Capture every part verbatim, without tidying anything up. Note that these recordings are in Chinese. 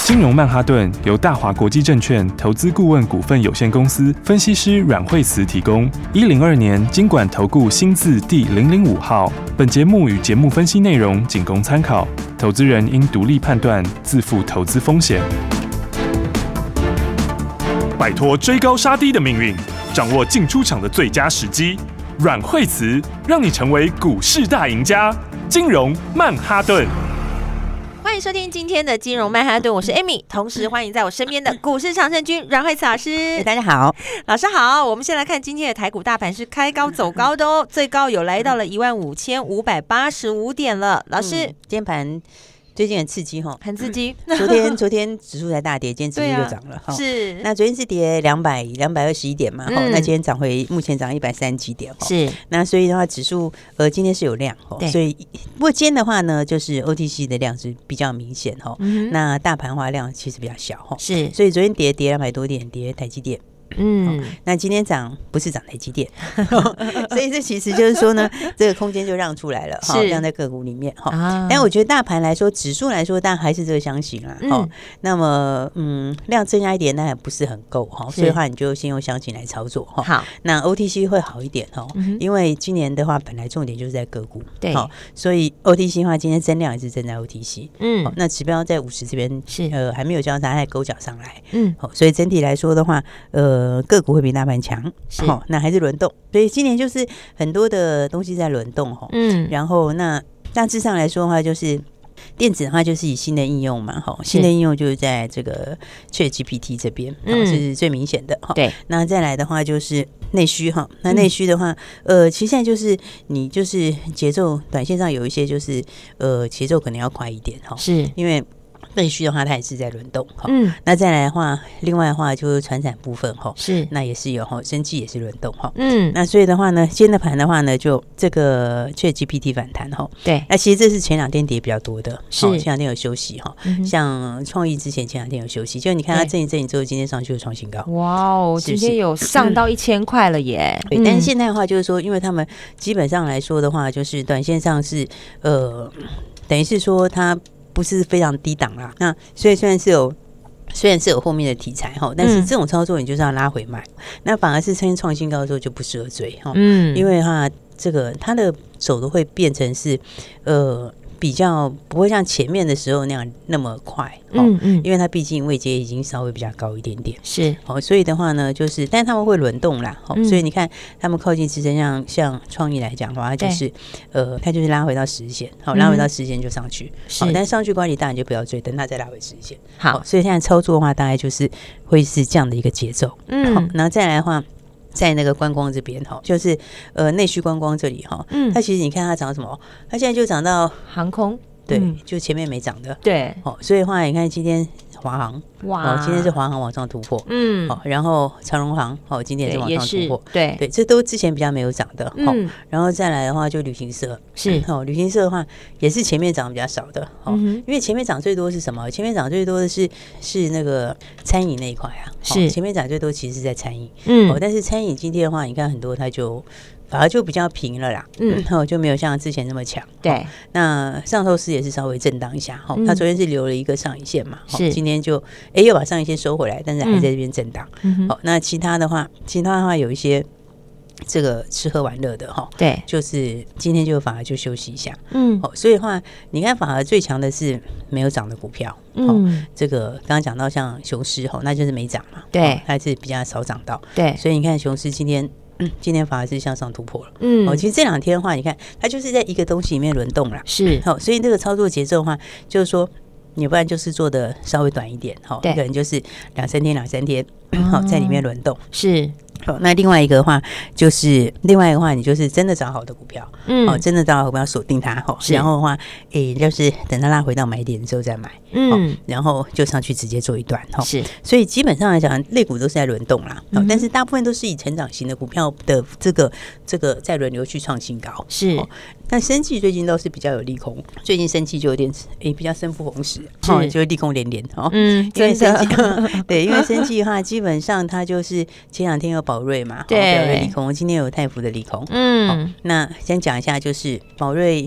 金融曼哈顿由大华国际证券投资顾问股份有限公司分析师阮惠慈提供。一零二年金管投顾新字第零零五号。本节目与节目分析内容仅供参考，投资人应独立判断，自负投资风险。摆脱追高杀低的命运，掌握进出场的最佳时机。阮惠慈让你成为股市大赢家。金融曼哈顿。 欢迎收听今天的金融曼哈顿，我是 Amy， 同时欢迎在我身边的股市常胜军阮惠慈老师。 大家好， 老师好。我们先来看今天的台股大盘是开高走高的哦，最高有来到了一万五千五百八十五点了。老师，嗯、 今天盘最近很刺激哈， 很刺激。 昨天昨天指数才大跌，今天指数就涨了。 啊、是， 那昨天是跌两百两百二十一点嘛，嗯、那今天涨回目前涨一百三十几点。 是， 那所以的话，指数呃今天是有量哈，所以不过今天的话呢，就是 O T C 的量是比较明显哈，嗯、那大盘化量其实比较小哈。 是， 所以昨天跌跌两百多点，跌台积电。 嗯、哦， 那今天涨不是涨台积电，所以这其实就是说呢，这个空间就让出来了，哈，让在个股里面哈。啊、但我觉得大盘来说，指数来说，当然还是这个箱型啦，哈、嗯。那么，嗯，量增加一点，那还不是很够哈，所以的话，你就先用箱型来操作哈。 好， 那 O T C 会好一点哈，嗯、因为今年的话，本来重点就是在个股， 对， 所以 O T C 的话，今天增量也是增在 O T C， 嗯，那指标在五十这边是呃还没有交叉，还勾脚上来， 嗯， 所以整体来说的话，呃，个股会比大盘强，哦，那还是轮动，所以今年就是很多的东西在轮动哈，嗯，然后那大致上来说的话，就是电子的话就是以新的应用嘛，哈，新的应用就是在这个 ChatGPT 这边，嗯，是最明显的哈， 对， 那再来的话就是内需哈，那内需的话，嗯、呃，其实现在就是你就是节奏，短线上有一些就是呃节奏可能要快一点哈， 是因为。内需的话，它也是在轮动哈。嗯，那再来的话，另外的话就是传产部分哈，是那也是有哈，生技也是轮动哈。嗯，那所以的话呢，今天的盘的话呢，就这个 ChatGPT 反弹哈。 对， 那其实这是前两天跌比较多的， 是前两天有休息哈。嗯、像创意之前前两天有休息，就你看它震一震之后，今天上去就创新高。 哇哦，今天有上到一千块了耶！ 对，但是现在的话就是说，因为他们基本上来说的话，就是短线上是呃，等于是说它。不是非常低档啦，那所以虽然是有虽然是有后面的题材哈，但是这种操作你就是要拉回买，嗯、那反而是趁创新高的时候就不适合追哈，嗯，因为它这个它的走的会变成是呃。比较不会像前面的时候那样那么快，嗯嗯，因为它毕竟位阶已经稍微比较高一点点， 是哦，所以的话呢，就是，但他们会轮动啦，哦，嗯、所以你看他们靠近支撑，像像创意来讲的话，它就是呃，它就是拉回到十线，好、哦，拉回到十线就上去，好、嗯哦，但上去管理当然就不要追，等它再拉回十线，好、哦，所以现在操作的话，大概就是会是这样的一个节奏，嗯，好、哦，然后再来的话。在那个观光这边哈，就是呃内需观光这里哈，嗯，它其实你看它涨什么，它现在就涨到航空， 对，嗯、就前面没涨的， 对， 哦，所以的话你看今天华航，哇、哦，今天是华航往上突破，嗯，哦，然后长荣航，哦，今天也是往上突破， 对对，这都之前比较没有涨的，嗯、哦，然后再来的话就旅行社是， 哦，旅行社的话也是前面涨比较少的，哦，嗯、因为前面涨最多是什么？前面涨最多的是是那个餐饮那一块啊， 是、 哦、前面涨最多其实是在餐饮，嗯，哦，但是餐饮今天的话，你看很多它就。反而就比较平了啦，嗯，哦，就没有像之前那么强。 对， 哦、那上寿司也是稍微震荡一下，哈、哦，它、嗯、昨天是留了一个上影线嘛，哦、今天就哎又把上影线收回来，但是还在这边震荡。嗯，哦，那其他的话，其他的话有一些这个吃喝玩乐的哈， 对， 就是今天就反而就休息一下，嗯，哦，所以的话，你看反而最强的是没有涨的股票，嗯，哦、这个刚刚讲到像雄狮哈，那就是没涨嘛， 对， 哦、它是比较少涨到， 对， 所以你看雄狮今天。嗯，今天反而是向上突破了。嗯，哦，其实这两天的话，你看它就是在一个东西里面轮动了。 是， 好、哦，所以这个操作节奏的话，就是说，你不然就是做的稍微短一点，好、哦，可能就是两三天、两三天，好、哦，在里面轮动。 是。 好，那另外一个的话，就是另外一个话，你就是真的找好的股票，嗯，哦，真的找好股票锁定它，哈，然后的话，诶、欸，就是等它拉回到买点之后再买，嗯，然后就上去直接做一段，哈，是，所以基本上来讲，类股都是在轮动啦，嗯、但是大部分都是以成长型的股票的这个这个在轮流去创新高，是。哦，但生技最近倒是比较有利空，最近生技就有点诶、欸、比较生不逢时，哦，就利空连连哦，嗯，因为生技对，因为生技的话，基本上它就是前两天有宝瑞嘛，对，宝瑞利空，今天有泰福的利空，嗯，哦，那先讲一下，就是宝瑞。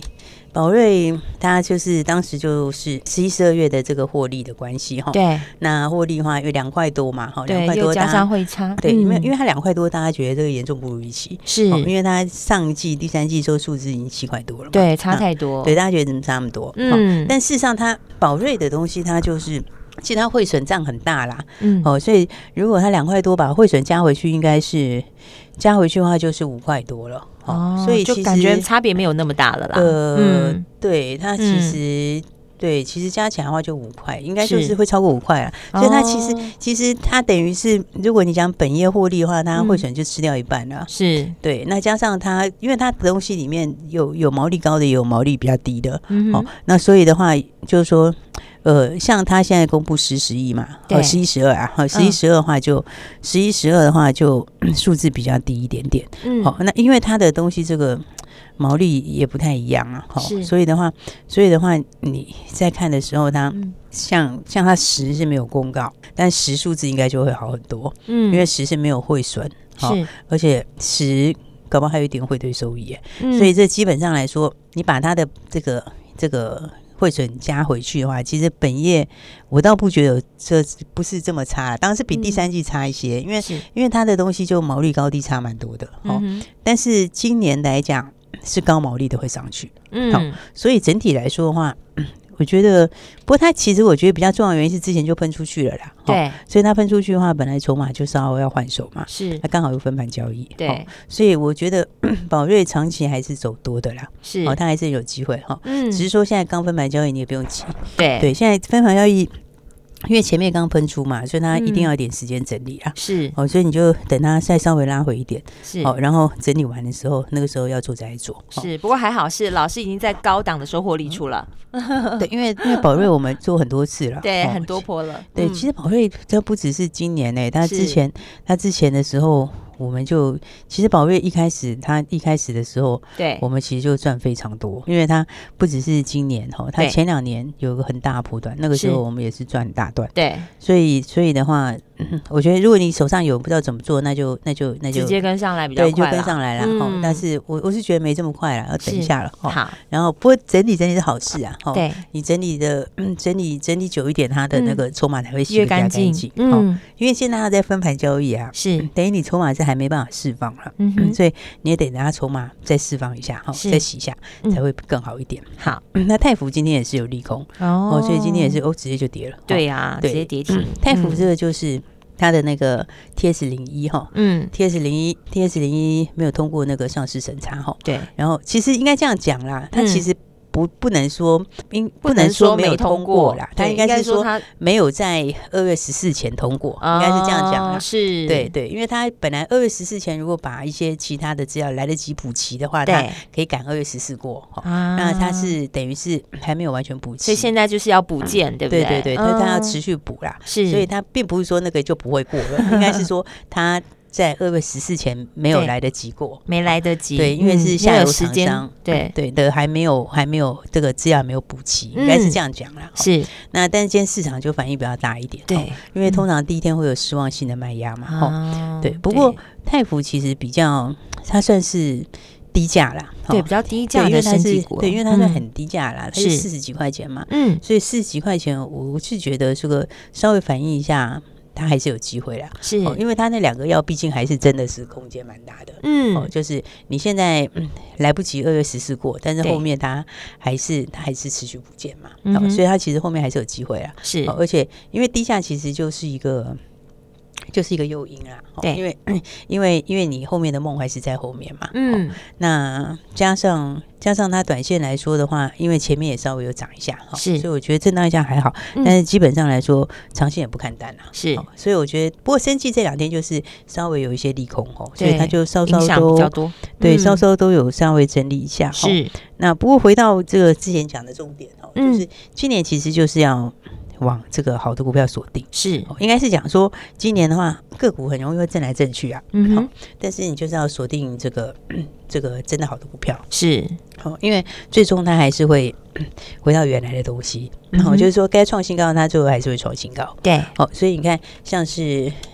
宝瑞它就是当时就是十一、十二月的这个获利的关系哈。 对， 那获利的话有两块多嘛，哈， 两块多加上汇差， 对，因为因为它两块多，大家觉得这个严重不如预期， 是因为它上一季、第三季收数字已经七块多了嘛， 对，差太多， 对，大家觉得怎么差那么多？嗯，但事实上它宝瑞的东西，它就是其实它汇损账很大啦，嗯，哦，所以如果它两块多把汇损加回去，应该是加回去的话就是五块多了。 哦，所以就感觉差别没有那么大了啦。 呃，嗯、对，它其实、嗯、对，其实加起来的话就五块，应该就是会超过五块了。所以它其实、哦、其实它等于是，如果你讲本业获利的话，它汇损就吃掉一半了。是、嗯，对。那加上它，因为它的东西里面有有毛利高的，也有毛利比较低的。嗯，哦，那所以的话就是说。呃，像他现在公布十十亿嘛，哦，十一十二啊，好，十一十二的话就十一十二的话就数字比较低一点点，嗯，好，那因为他的东西这个毛利也不太一样啊，好，所以的话，所以的话你在看的时候，它像像它十是没有公告，但十数字应该就会好很多，嗯，因为十是没有汇损，是，而且十搞不好还有一点汇兑收益，嗯，所以这基本上来说，你把它的这个这个。汇损加回去的话，其实本业我倒不觉得这不是这么差，当然是比第三季差一些，嗯、因为因为它的东西就毛利高低差蛮多的，哦、嗯，但是今年来讲是高毛利的会上去，嗯，好，所以整体来说的话。我觉得，不过它其实我觉得比较重要的原因是之前就喷出去了啦，对，所以它喷出去的话，本来筹码就稍微要换手嘛，是，它刚好有分盘交易，对，所以我觉得宝瑞长期还是走多的啦，是，哦，它还是有机会哈，嗯，只是说现在刚分盘交易你也不用急，对，对，现在分盘交易。因为前面刚喷出嘛，所以它一定要有点时间整理啊。是哦，所以你就等它再稍微拉回一点，是哦，然后整理完的时候，那个时候要做再做。 是，不过还好是老师已经在高档的时候获利出了。 对，因为因为宝瑞我们做很多次了， 对，很多波了。 对，其实宝瑞这不只是今年诶，它之前它之前的时候。我们就其实宝瑞一开始，它一开始的时候，对，我们其实就赚非常多，因为它不只是今年哈，它前两年有个很大的波段，那个时候我们也是赚很大段，对，所以所以的话，嗯、我觉得如果你手上有不知道怎么做，那就那就那就直接跟上来比较快， 对，就跟上来了哈、嗯。但是我我是觉得没这么快了，要等一下了哈。 好， 然后不过整理整理是好事啊，对，你整理的、嗯、整理整理久一点，它的那个筹码才会洗得比较干净，嗯，因为现在它在分盘交易啊，是等于你筹码是还没办法释放。嗯嗯、所以你也得等它筹码再释放一下，再洗一下、嗯、才会更好一点。好、嗯，那泰福今天也是有利空 哦, 哦，所以今天也是哦直接就跌了。 对呀、啊，直接跌停、嗯。 泰福这个就是它的那个 T S 零一 哈，嗯 ，T S 零一 T S 零一没有通过那个上市审查哈。对，然后其实应该这样讲啦，它其实、嗯。不，不能说，应不能说没有通过啦，他应该是说没有在二月十四前通过，应该是这样讲啦。是，对对，因为他本来二月十四前如果把一些其他的资料来得及补齐的话，他可以赶二月十四过。啊，那他是等于是还没有完全补齐， 所以现在就是要补件，对不对？ 对对对，他他要持续补啦。是，所以他并不是说那个就不会过了，应该是说他。在二月十四前没有来得及过， 没来得及， 对，因为是下游厂商，对对的，还没有还没有这个资料没有补齐，应该是这样讲啦。是，那但是今天市场就反应比较大一点，对，因为通常第一天会有失望性的卖压嘛，哈，对。不过泰福其实比较，它算是低价啦， 对，比较低价的生技股， 对，因为它是很低价啦，它是四十几块钱嘛，嗯，所以四十几块钱，我是觉得这个稍微反映一下。它还是有机会啦，是、哦，因为它那两个药毕竟还是真的是空间蛮大的，嗯，哦，就是你现在、嗯、来不及二月十四过，但是后面它还是它还是持续补件嘛，嗯、哦，所以它其实后面还是有机会啦，是、哦，而且因为低价其实就是一个。就是一个诱因啦，对，因为因为因为你后面的梦还是在后面嘛，嗯，那加上加上它短线来说的话，因为前面也稍微有涨一下，是，所以我觉得震荡一下还好，嗯、但是基本上来说，长线也不看淡啦，是，所以我觉得，不过生技这两天就是稍微有一些利空哦，所以它就稍稍都比较多， 对，嗯、稍稍都有稍微整理一下，是。那不过回到这个之前讲的重点哦，嗯、就是今年其实就是要。往这个好的股票锁定是、哦，应该是讲说，今年的话个股很容易会震来震去啊，嗯哼，但是你就是要锁定这个这个真的好的股票是，哦，因为最终它还是会回到原来的东西，然后、嗯、就是说该创新高，它最后还是会创新高，对，哦，所以你看像是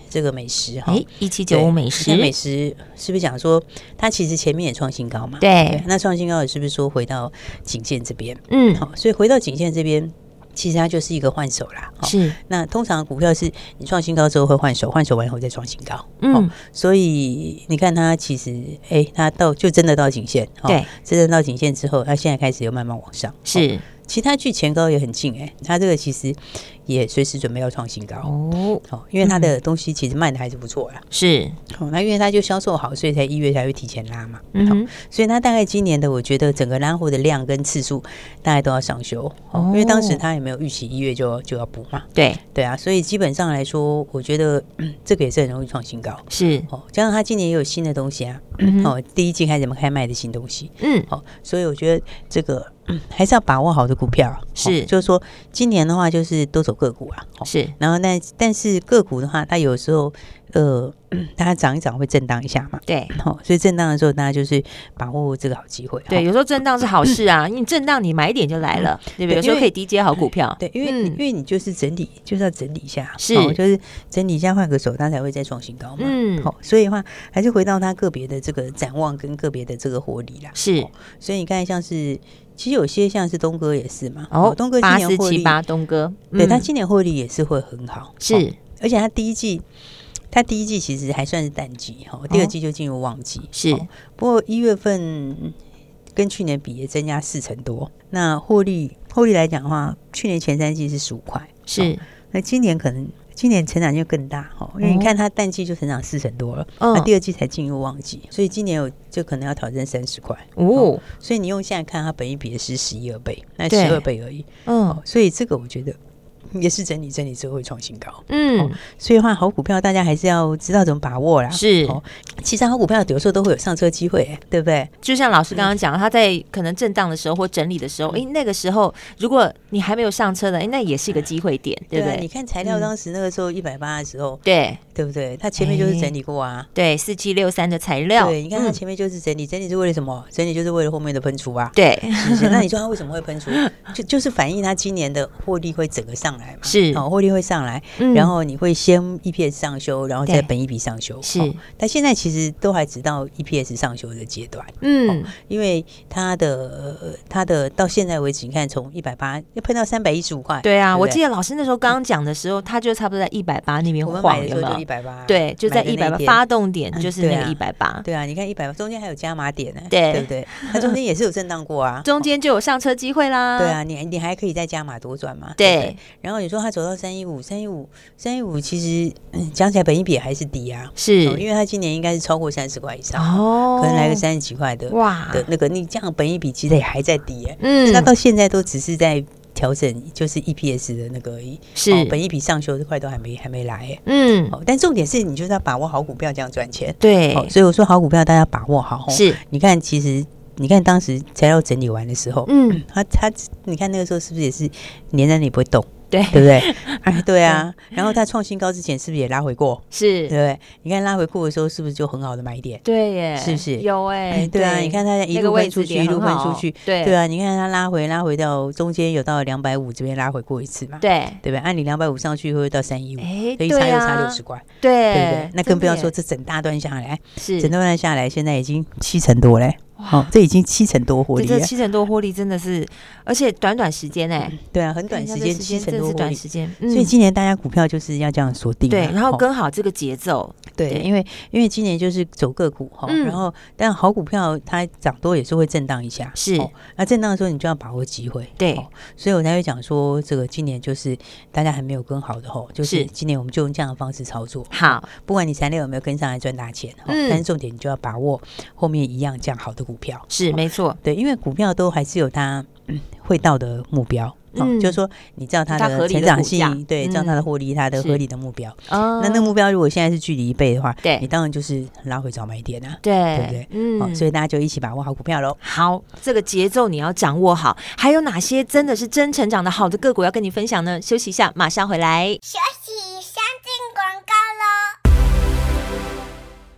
这个美食哈， 哎，一七九五美食， 美食是不是讲说它其实前面也创新高嘛？ 对， 对那创新高也是不是说回到颈线这边？ 嗯， 好，所以回到颈线这边。其实它就是一个换手啦， 是。 那通常股票是你创新高之后会换手，换手完以后再创新高，嗯，所以你看它其实，哎，它到就真的到颈线， 对， 真的到颈线之后，它现在开始又慢慢往上， 是。 其他距前高也很近哎、欸，它这个其实也随时准备要创新高哦，哦，因为它的东西其实卖的还是不错啦， 是， 哦，那因为它就销售好，所以才一月才会提前拉嘛，嗯、哦，所以它大概今年的我觉得整个拉货的量跟次数大概都要上修，哦，因为当时它也没有预期一月就就要补嘛， 对对啊，所以基本上来说，我觉得、嗯、这个也是很容易创新高， 是哦，加上它今年也有新的东西啊，嗯、哦，第一季开始开卖的新东西，嗯，哦，所以我觉得这个。嗯，还是要把握好的股票， 是、 哦，就是说今年的话，就是多走个股啊， 哦、是。 然后但但是个股的话，它有时候呃，它涨一涨会震荡一下嘛， 对， 哦，所以震荡的时候，大家就是把握这个好机会。 对，有时候震荡是好事啊，因为震荡你买一点就来了，对不对？有时候可以低接好股票， 对，因为、嗯、因为你就是整理，就是要整理一下， 是， 哦、就是整理一下换个手，它才会再创新高嘛。嗯，好、哦，所以的话还是回到它个别的这个展望跟个别的这个获利啦。 是， 哦、所以你看像是。其实有些像是东哥也是嘛， 哦， 东哥今年获利， 八东哥， 嗯、对他今年获利也是会很好， 是， 哦、而且他第一季，他第一季其实还算是淡季哈，哦、第二季就进入旺季， 是、 哦。不过一月份跟去年比也增加四成多，那获利获利来讲的话，去年前三季是十五块， 是、 哦，那今年可能。今年成长就更大哈，因为你看它淡季就成长四成多了，那、哦、第二季才进入旺季，所以今年有就可能要挑战三十块哦，哦。所以你用现在看它本益比是十一二倍，那十二倍而已，嗯、哦，所以这个我觉得。也是整理整理之后会创新高，嗯、哦，所以的话好股票大家还是要知道怎么把握啦。 是， 哦，其实好股票有时候都会有上车机会，对不对？ 就像老师刚刚讲，嗯、他在可能震荡的时候或整理的时候，哎、嗯，那个时候如果你还没有上车的，哎，那也是一个机会点，对不对？ 对啊，你看材料当时那个时候一百八的时候， 对、嗯、 对不对？它前面就是整理过啊， 对，四七六三的材料， 对，你看它前面就是整理，嗯、整理是为了什么？整理就是为了后面的喷出啊， 对， 是不是？那你说它为什么会喷出？就就是反映它今年的获利会整个上来嘛， 是， 好。获利会上来，嗯、然后你会先 E P S 上修，然后再本益比上修。是、哦，但现在其实都还只到 E P S 上修的阶段。嗯、哦，因为它的它的到现在为止，你看从一百八要碰到三百一十五块。 对啊， 对对我记得老师那时候刚刚讲的时候，他就差不多在一百八那边晃， 我们买的时候就一百八， 对，就在一百八发动点就是那个一百八。 对啊，你看一百八中间还有加码点呢， 对对不对？它中间也是有震荡过啊， 中间就有上车机会啦。 对啊，你你还可以再加码多赚嘛。 对， 对对然后你说它走到三一五，三一五。三一五其实讲、嗯、起来本益比还是低啊， 是、 哦，因为它今年应该是超过三十块以上，哦，可能来个三十几块的，哇，的那个你这样本益比其实也还在低耶，嗯，那到现在都只是在调整，就是 E P S 的那个是、哦、本益比上修这块都还没还没来耶，嗯、哦，但重点是你就是要把握好股票这样赚钱， 对、 哦，所以我说好股票大家把握好， 是， 你看其实。你看当时材料整理完的时候，嗯，他他，你看那个时候是不是也是黏在那里不会动？ 对， 对不对？哎，对啊。然后它创新高之前是不是也拉回过？ 是， 对不对？你看拉回过的时候是不是就很好的买点？ 对耶， 是不是？ 有哎、欸， 对啊。你看它一路喷出去，一路喷出去， 对对啊。你看它拉回，拉回到中间有到两百五这边拉回过一次嘛？ 对， 对不对？按你两百五上去会到三一五， 哎， 所以差又差六十块， 对， 对不对？那更不要说这整大段下来， 是整大段下来，现在已经七成多嘞。哦，这已经七成多获利了， 这七成多获利真的是，而且短短时间哎、欸嗯， 对啊，很短时间七成多获利， 短时间、嗯， 所以今年大家股票就是要这样锁定， 对，然后跟好这个节奏，哦、 对，对因为因为今年就是走个股哈、嗯，然后但好股票它涨多也是会震荡一下， 是， 哦、那震荡的时候你就要把握机会， 对、 哦，所以我才会讲说这个今年就是大家还没有跟好的吼，就是今年我们就用这样的方式操作， 好， 不管你材料有没有跟上来赚大钱，嗯，但是重点你就要把握后面一样这样好的股票， 是没。没错， 对，因为股票都还是有它、嗯、会到的目标，嗯、哦，就是说你知道它的成长性，对，知道它的获利，它的合理的目标。哦，那那个目标如果现在是距离一倍的话，对，你当然就是拉回早买点啊， 对， 对不对？嗯、哦，所以大家就一起把握好股票喽。 好，这个节奏你要掌握好。还有哪些真的是真成长的好的个股要跟你分享呢？休息一下，马上回来。 休息，先进广告喽。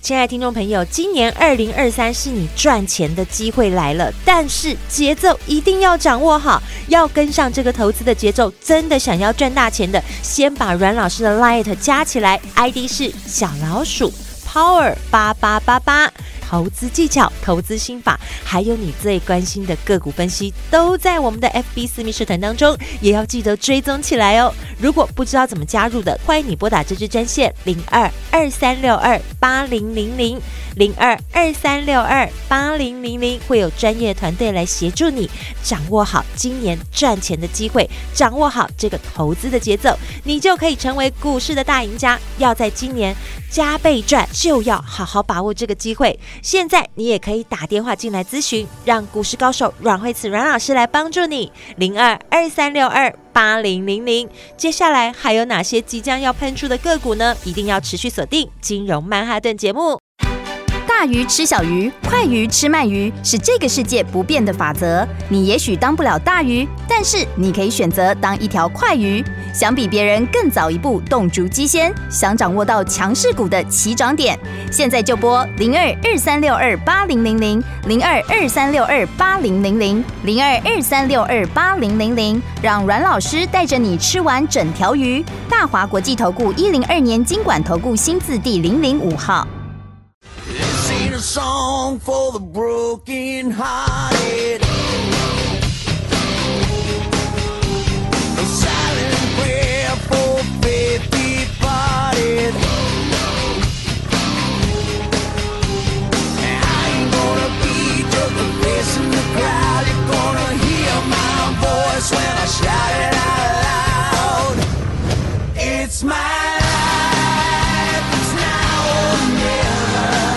亲爱的听众朋友，今年二零二三是你赚钱的机会来了，但是节奏一定要掌握好，要跟上这个投资的节奏。真的想要赚大钱的，先把阮老师的 Light 加起来 ，I D 是小老鼠 Power 八八八八。投资技巧、投资心法，还有你最关心的个股分析，都在我们的 F B 私密社团当中，也要记得追踪起来哦。如果不知道怎么加入的，欢迎你拨打这支专线零二二三六二八零零零零二二三六二八零零零，会有专业团队来协助你掌握好今年赚钱的机会，掌握好这个投资的节奏，你就可以成为股市的大赢家。要在今年加倍赚，就要好好把握这个机会。现在你也可以打电话进来咨询，让股市高手阮慧慈阮老师来帮助你。零二二三六二八零零零。接下来还有哪些即将要喷出的个股呢？一定要持续锁定金融曼哈顿节目。 大鱼吃小鱼，快鱼吃慢鱼，是这个世界不变的法则。你也许当不了大鱼，但是你可以选择当一条快鱼。想比别人更早一步动足机先，想掌握到强势股的起涨点，现在就拨零二二三六二八零零零零二二三六二八零零零零二二三六二八零零零，让阮老师带着你吃完整条鱼。大华国际投顾一零二年金管投顾新字第零零五号。 A song for the broken hearted, a silent prayer for faith departed. I ain't gonna be just a face in the crowd. You're gonna hear my voice when I shout it out loud. It's my life, it's now or never.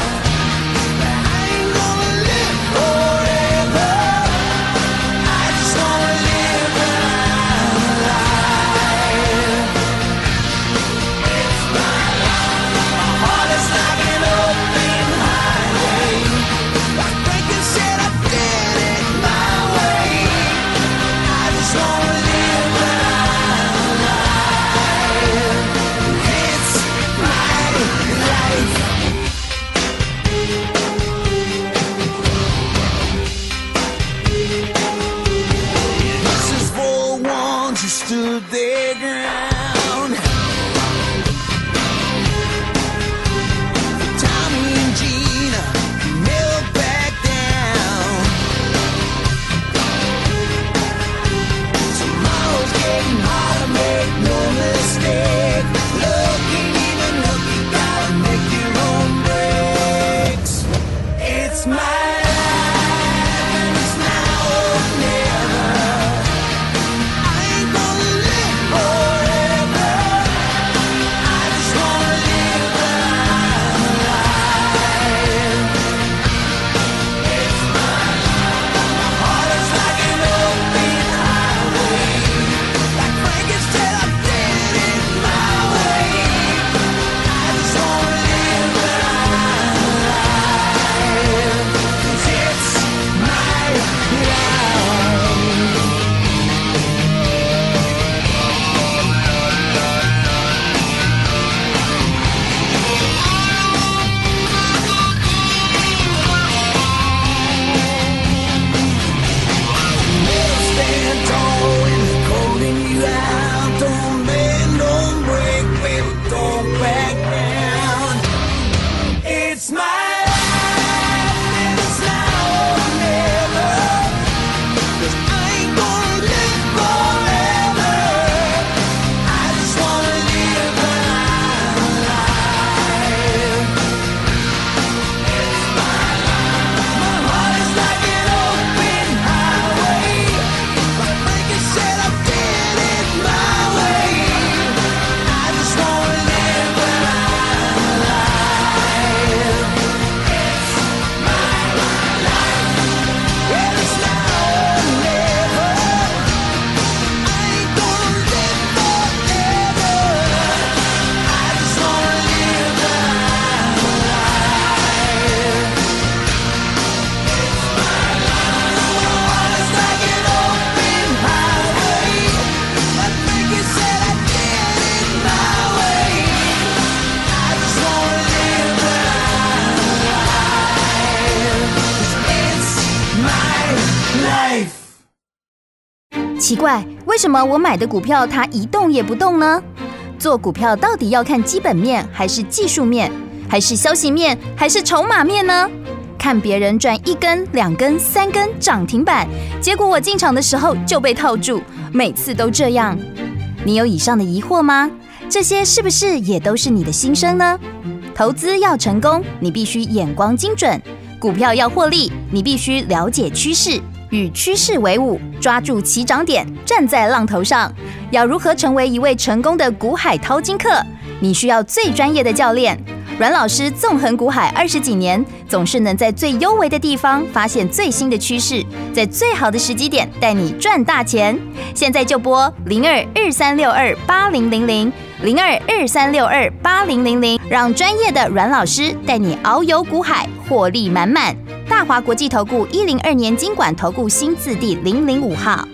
奇怪，为什么我买的股票它一动也不动呢？做股票到底要看基本面，还是技术面，还是消息面，还是筹码面呢？看别人赚一根、两根、三根涨停板，结果我进场的时候就被套住，每次都这样。你有以上的疑惑吗？这些是不是也都是你的心声呢？投资要成功，你必须眼光精准；股票要获利，你必须了解趋势，与趋势为伍，抓住起涨点，站在浪头上。要如何成为一位成功的股海淘金客？你需要最专业的教练。阮老师纵横股海二十几年，总是能在最优微的地方发现最新的趋势，在最好的时机点带你赚大钱。现在就拨零二二三六二八零零零零二二三六二八零零零，让专业的阮老师带你遨游股海，获利满满。大华国际投顾一零二年金管投顾新字第零零五号。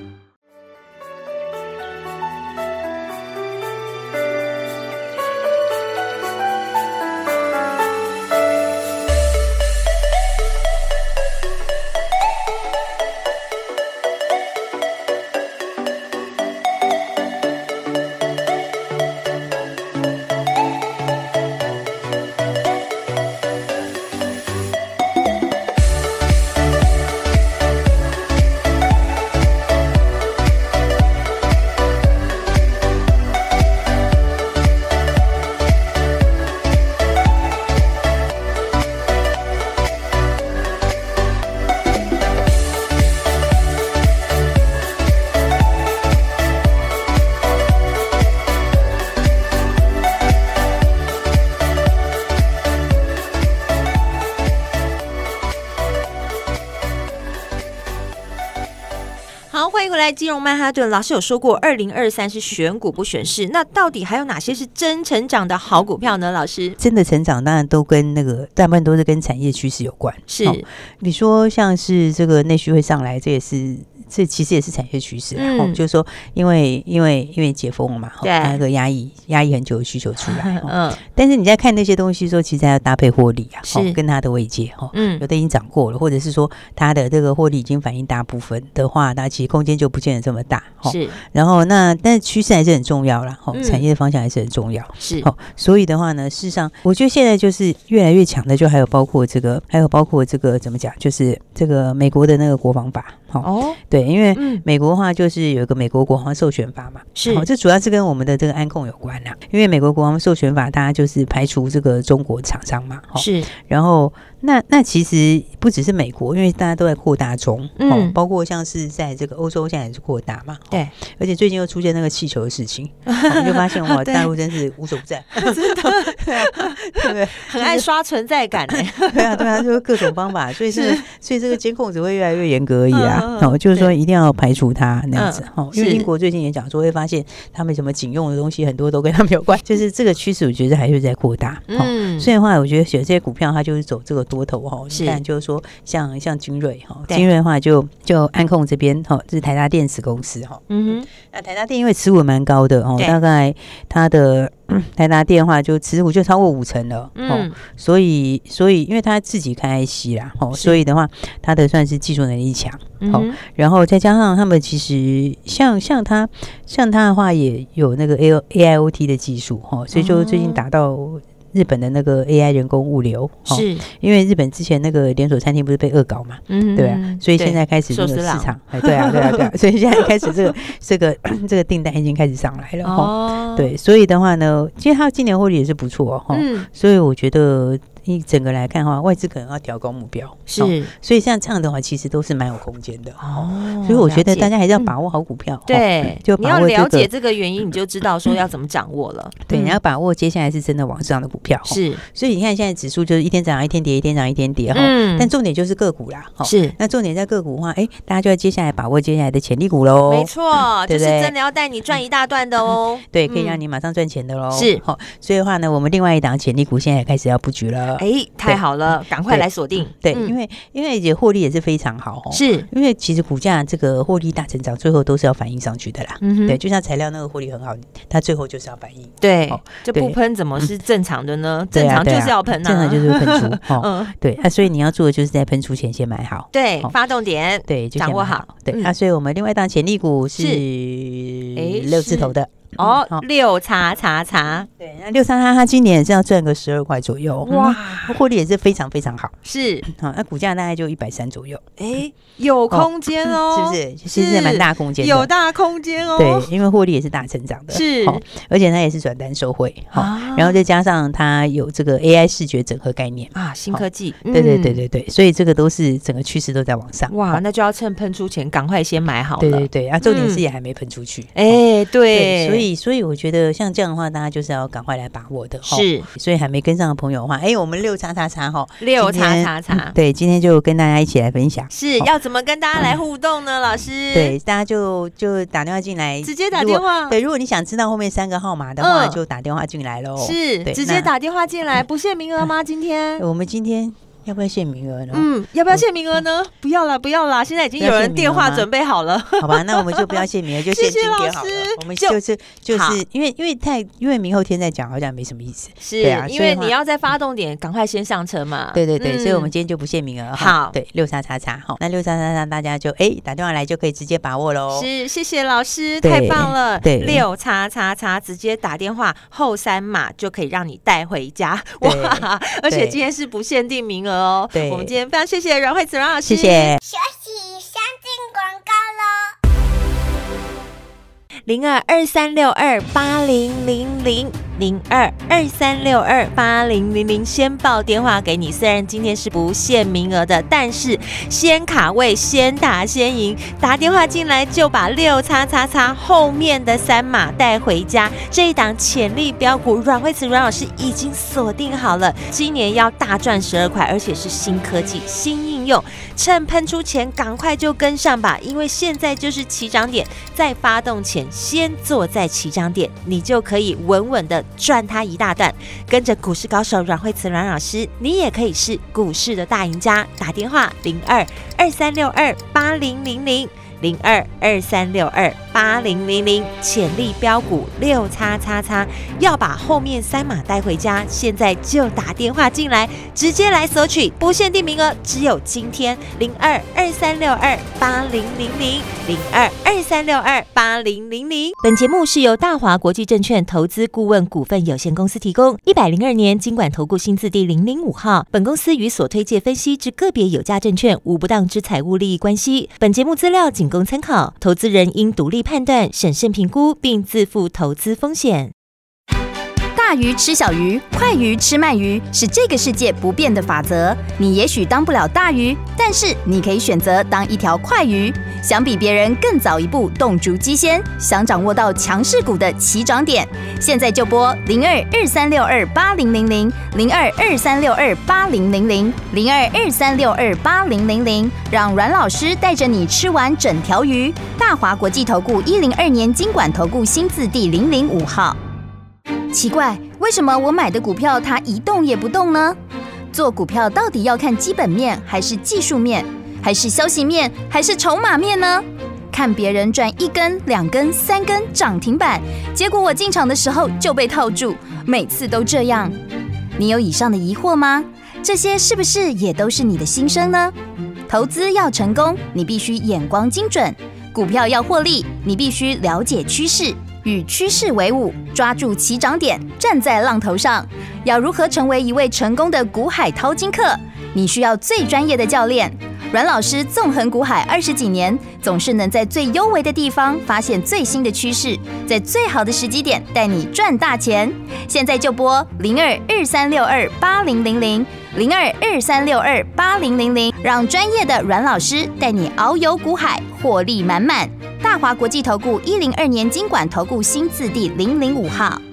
好，欢迎回来，金融曼哈顿。老师有说过，二零二三是选股不选市，那到底还有哪些是真成长的好股票呢？老师， 真的成长当然都跟那个大部分都是跟产业趋势有关。 是， 哦、比如说像是这个内需会上来，这也是。这其实也是产业趋势，嗯、哦，就是说，因为因为因为解封了嘛， 对， 那个压抑压抑很久的需求出来，嗯、哦，但是你在看那些东西的时候，其实还要搭配获利啊， 是、 哦、跟它的位阶，哦， 嗯， 有的已经涨过了，或者是说它的这个获利已经反映大部分的话，那其实空间就不见得这么大， 哦、是。 然后那但是趋势还是很重要啦，哦，嗯、产业的方向还是很重要， 是。 哦，所以的话呢，事实上，我觉得现在就是越来越强的，就还有包括这个，还有包括这个怎么讲，就是这个美国的那个国防法。哦，对，因为美国的话就是有一个美国国防授权法嘛， 是， 哦，这主要是跟我们的这个安控有关啦。因为美国国防授权法，它就是排除这个中国厂商嘛，哦、 是， 然后那那其实不只是美国，因为大家都在扩大中，嗯、哦，包括像是在这个欧洲现在也是扩大嘛， 对， 哦，而且最近又出现那个气球的事情，哦，你就发现哇，大陆真是无所不在， 真的，对不对？很爱刷存在感哎， 对啊对啊，就是各种方法，所以这个所以这个监控只会越来越严格而已啊。哦，就是说一定要排除它那样子，嗯、因为英国最近也讲说会发现他们什么警用的东西很多都跟他们有关，就是这个趋势，我觉得还是在扩大。嗯，所以的话，我觉得选这些股票它就是走这个多头哈。你看，就是说像像精锐哈，精锐的话就就安控这边哈，这是台达电子公司哈。嗯哼，那台达电因为持股蛮高的哦，大概它的。台达电的话就持股就超过五成了，嗯、哦，所以所以因为他自己开 I C 啦，哦，所以的话他的算是技术能力强，嗯、哦，然后再加上他们其实像像他像他的话也有那个 A I O T 的技术，哦，所以就最近达到。日本的那个 A I 人工物流， 是、哦、 因为日本之前那个连锁餐厅不是被恶搞嘛，嗯，对啊，所以现在开始这个市场，哎，对啊，对啊，对啊，所以现在开始这个这个这个订单已经开始上来了，哦，对，所以的话呢，其实它今年获利也是不错哈，嗯，所以我觉得。一整个来看的话，外资可能要调高目标， 是、 哦，所以像这样的话，其实都是蛮有空间的哦。所以我觉得大家还是要把握好股票，嗯、 对， 哦、就把握、 这个、你要了解这个原因，你就知道说要怎么掌握了。 对，嗯、你要把握接下来是真的往上的股票， 是。 所以你看现在指数就是一天涨一天跌，一天涨一天跌哈。嗯。但重点就是个股啦，哦、 是。 那重点在个股的话，哎，大家就要接下来把握接下来的潜力股喽。 没错，就是真的要带你赚一大段的哦。 对，可以让你马上赚钱的喽。 是。 好，所以的话呢，我们另外一档潜力股现在也开始要布局了。 了。 哎，太好了，赶快来锁定。 对，嗯、因为因为也获利也是非常好哦。 是， 因为其实股价这个获利大成长，最后都是要反映上去的啦。嗯、对，就像材料那个获利很好，它最后就是要反映。 对，哦、这不喷怎么是正常的呢？嗯、正常就是要喷啊， 正常就是会喷出。哦、嗯，对，那、啊、所以你要做的就是在喷出前先买好。 对，哦、发动点对就掌握好。 对，那、嗯啊、所以我们另外一档潜力股是六字头的。 哦，六叉叉叉， 对，那六叉叉它今年也是要赚个十二块左右，哇，获利也是非常非常好， 是， 好，那股价大概就一百三左右， 哎，有空间哦， 是不是？其实蛮大空间， 有大空间哦， 对，因为获利也是大成长的， 是， 而且它也是转单收汇，好，然后再加上它有这个 A I 视觉整合概念啊，新科技， 对对对对对，所以这个都是整个趋势都在往上， 哇，那就要趁喷出前赶快先买好了， 对对对，啊，重点是也还没喷出去， 哎，对， 所以所以我觉得。像这样的话，大家就是要赶快来把握的， 是。 所以还没跟上的朋友的话，哎，我们六叉叉叉哈， 六叉叉叉， 对，今天就跟大家一起来分享， 是要怎么跟大家来互动呢？老师， 对，大家就就打电话进来， 直接打电话。 对，如果你想知道后面三个号码的话，就打电话进来喽。 是，直接打电话进来，不限名额吗？今天我们今天。要不要限名额呢？ 嗯，要不要限名额呢？不要啦，不要啦！现在已经有人电话准备好了。 好吧，那我们就不要限名额，就限今天好了。我们就是就是因为因为太因为明后天再讲好像没什么意思。 是，对啊，因为你要在发动点赶快先上车嘛。 对对对，所以我们今天就不限名额。 好， 对，六叉叉叉好，那六叉叉叉大家就哎打电话来就可以直接把握喽。 是，谢谢老师，太棒了。对，六叉叉叉直接打电话后三码就可以让你带回家。哇，而且今天是不限定名额哦。对，我们。今天非常谢谢阮慧慈阮老师， 谢谢。 休息，先进广告喽。 零二二三六二八零零零零二二三六二八零零零，先报电话给你。虽然今天是不限名额的，但是先卡位，先打先赢。打电话进来就把六叉叉叉后面的三码带回家。这一档潜力标股，阮慧慈阮老师已经锁定好了，今年要大赚十二块，而且是新科技、新应用。趁喷出前赶快就跟上吧，因为现在就是起涨点，在发动前先坐在起涨点，你就可以稳稳的赚它一大段。跟着股市高手阮慧慈阮老师，你也可以是股市的大赢家。打电话零二二三六二八零零零零二二三六二八零零零，潜力标股六叉叉叉，要把后面三码带回家，现在就打电话进来，直接来索取，不限定名额，只有今天零二二三六二八零零零零二二三六二八零零零。本节目是由大华国际证券投资顾问股份有限公司提供，一百零二年金管投顾新字第零零五号。本公司与所推介分析之个别有价证券无不当之财务利益关系。本节目资料仅供参考，投资人应独立判断、审慎评估，并自负投资风险。 大鱼吃小鱼，快鱼吃慢鱼，是这个世界不变的法则。你也许当不了大鱼，但是你可以选择当一条快鱼。想比别人更早一步动足机先，想掌握到强势股的起涨点，现在就拨零二二三六二八零零零零二二三六二八零零零零二二三六二八零零零，让阮老师带着你吃完整条鱼。大华国际投顾一零二年金管投顾新字第零零五号。奇怪，为什么我买的股票它一动也不动呢？做股票到底要看基本面，还是技术面，还是消息面，还是筹码面呢？看别人赚一根、两根、三根涨停板，结果我进场的时候就被套住，每次都这样。你有以上的疑惑吗？这些是不是也都是你的心声呢？投资要成功，你必须眼光精准；股票要获利，你必须了解趋势。与趋势为伍，抓住起涨点，站在浪头上。要如何成为一位成功的股海淘金客？你需要最专业的教练。阮老师纵横股海二十几年，总是能在最优微的地方发现最新的趋势，在最好的时机点带你赚大钱。现在就拨零二二三六二八零零零零二二三六二八零零零，让专业的阮老师带你遨游股海，获利满满。大华国际投顾一零二年金管投顾新字第零零五号。